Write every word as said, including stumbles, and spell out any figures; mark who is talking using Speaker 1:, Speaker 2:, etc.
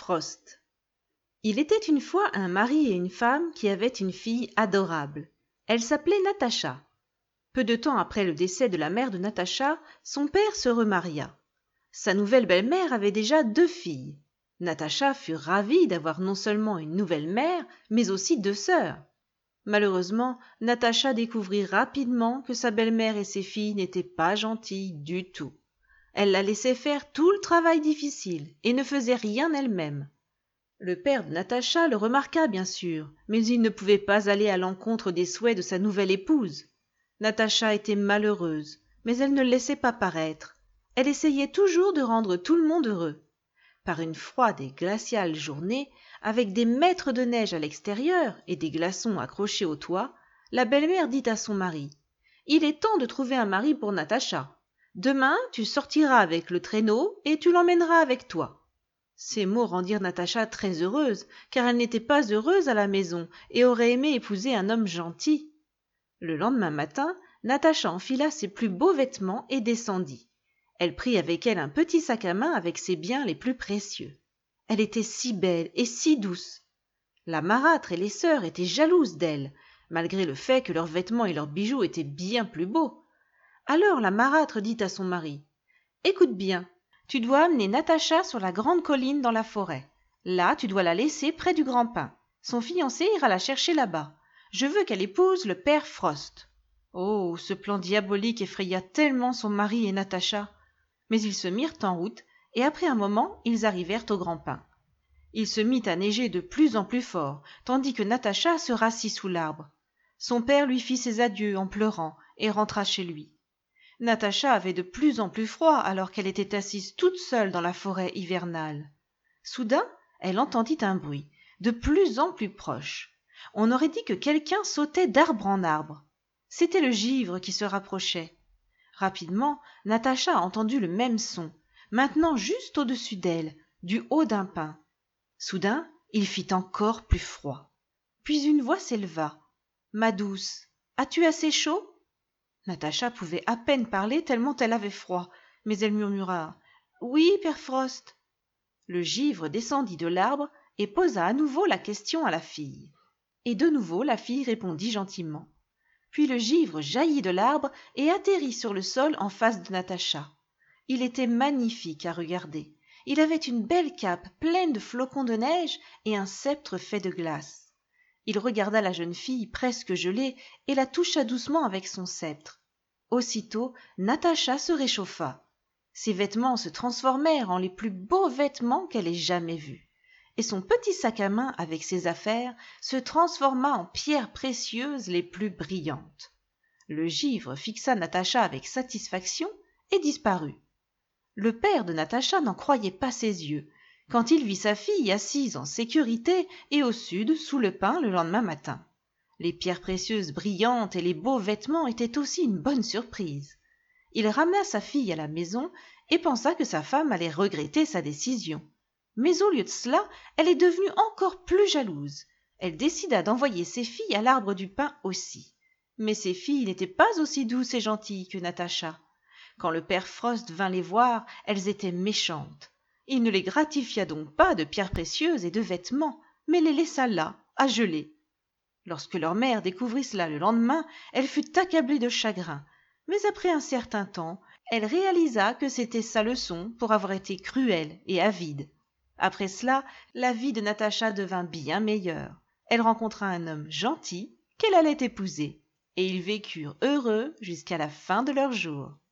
Speaker 1: Frost. Il était une fois un mari et une femme qui avaient une fille adorable. Elle s'appelait Natacha. Peu de temps après le décès de la mère de Natacha, son père se remaria. Sa nouvelle belle-mère avait déjà deux filles. Natacha fut ravie d'avoir non seulement une nouvelle mère, mais aussi deux sœurs. Malheureusement, Natacha découvrit rapidement que sa belle-mère et ses filles n'étaient pas gentilles du tout. Elle la laissait faire tout le travail difficile et ne faisait rien elle-même. Le père de Natacha le remarqua bien sûr, mais il ne pouvait pas aller à l'encontre des souhaits de sa nouvelle épouse. Natacha était malheureuse, mais elle ne le laissait pas paraître. Elle essayait toujours de rendre tout le monde heureux. Par une froide et glaciale journée, avec des mètres de neige à l'extérieur et des glaçons accrochés au toit, la belle-mère dit à son mari « Il est temps de trouver un mari pour Natacha. Demain, tu sortiras avec le traîneau et tu l'emmèneras avec toi. » Ces mots rendirent Natacha très heureuse, car elle n'était pas heureuse à la maison et aurait aimé épouser un homme gentil. Le lendemain matin, Natacha enfila ses plus beaux vêtements et descendit. Elle prit avec elle un petit sac à main avec ses biens les plus précieux. Elle était si belle et si douce. La marâtre et les sœurs étaient jalouses d'elle, malgré le fait que leurs vêtements et leurs bijoux étaient bien plus beaux. Alors la marâtre dit à son mari « Écoute bien, tu dois amener Natacha sur la grande colline dans la forêt. Là, tu dois la laisser près du grand pin. Son fiancé ira la chercher là-bas. Je veux qu'elle épouse le père Frost. » Oh, ce plan diabolique effraya tellement son mari et Natacha. Mais ils se mirent en route, et après un moment, ils arrivèrent au grand pin. Il se mit à neiger de plus en plus fort, tandis que Natacha se rassit sous l'arbre. Son père lui fit ses adieux en pleurant, et rentra chez lui. Natacha avait de plus en plus froid alors qu'elle était assise toute seule dans la forêt hivernale. Soudain, elle entendit un bruit, de plus en plus proche. On aurait dit que quelqu'un sautait d'arbre en arbre. C'était le givre qui se rapprochait. Rapidement, Natacha entendit le même son, maintenant juste au-dessus d'elle, du haut d'un pin. Soudain, il fit encore plus froid. Puis une voix s'éleva. « Ma douce, as-tu assez chaud ?» Natacha pouvait à peine parler tellement elle avait froid, mais elle murmura « Oui, père Frost. » Le givre descendit de l'arbre et posa à nouveau la question à la fille. Et de nouveau la fille répondit gentiment. Puis le givre jaillit de l'arbre et atterrit sur le sol en face de Natacha. Il était magnifique à regarder. Il avait une belle cape pleine de flocons de neige et un sceptre fait de glace. Il regarda la jeune fille presque gelée et la toucha doucement avec son sceptre. Aussitôt, Natacha se réchauffa. Ses vêtements se transformèrent en les plus beaux vêtements qu'elle ait jamais vus. Et son petit sac à main avec ses affaires se transforma en pierres précieuses les plus brillantes. Le givre fixa Natacha avec satisfaction et disparut. Le père de Natacha n'en croyait pas ses yeux quand il vit sa fille assise en sécurité et au sud sous le pin le lendemain matin. Les pierres précieuses brillantes et les beaux vêtements étaient aussi une bonne surprise. Il ramena sa fille à la maison et pensa que sa femme allait regretter sa décision. Mais au lieu de cela, elle est devenue encore plus jalouse. Elle décida d'envoyer ses filles à l'arbre du pin aussi. Mais ces filles n'étaient pas aussi douces et gentilles que Natacha. Quand le père Frost vint les voir, elles étaient méchantes. Il ne les gratifia donc pas de pierres précieuses et de vêtements, mais les laissa là, à geler. Lorsque leur mère découvrit cela le lendemain, elle fut accablée de chagrin. Mais après un certain temps, elle réalisa que c'était sa leçon pour avoir été cruelle et avide. Après cela, la vie de Natacha devint bien meilleure. Elle rencontra un homme gentil qu'elle allait épouser, et ils vécurent heureux jusqu'à la fin de leurs jours.